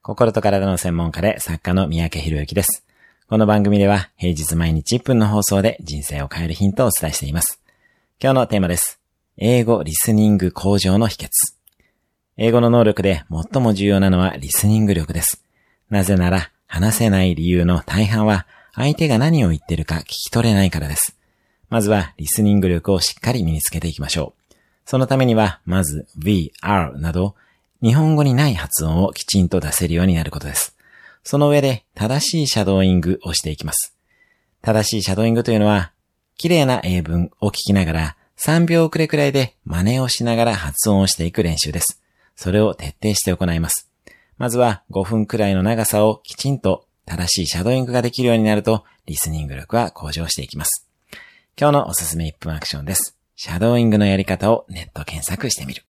心と体の専門家で作家の三宅博之です。この番組では平日毎日1分の放送で人生を変えるヒントをお伝えしています。今日のテーマです。英語リスニング向上の秘訣。英語の能力で最も重要なのはリスニング力です。なぜなら話せない理由の大半は相手が何を言っているか聞き取れないからです。まずはリスニング力をしっかり身につけていきましょう。そのためにはまず we、are など日本語にない発音をきちんと出せるようになることです。その上で正しいシャドーイングをしていきます。正しいシャドーイングというのは、綺麗な英文を聞きながら3秒遅れくらいで真似をしながら発音をしていく練習です。それを徹底して行います。まずは5分くらいの長さをきちんと正しいシャドーイングができるようになると、リスニング力は向上していきます。今日のおすすめ1分アクションです。シャドーイングのやり方をネット検索してみる。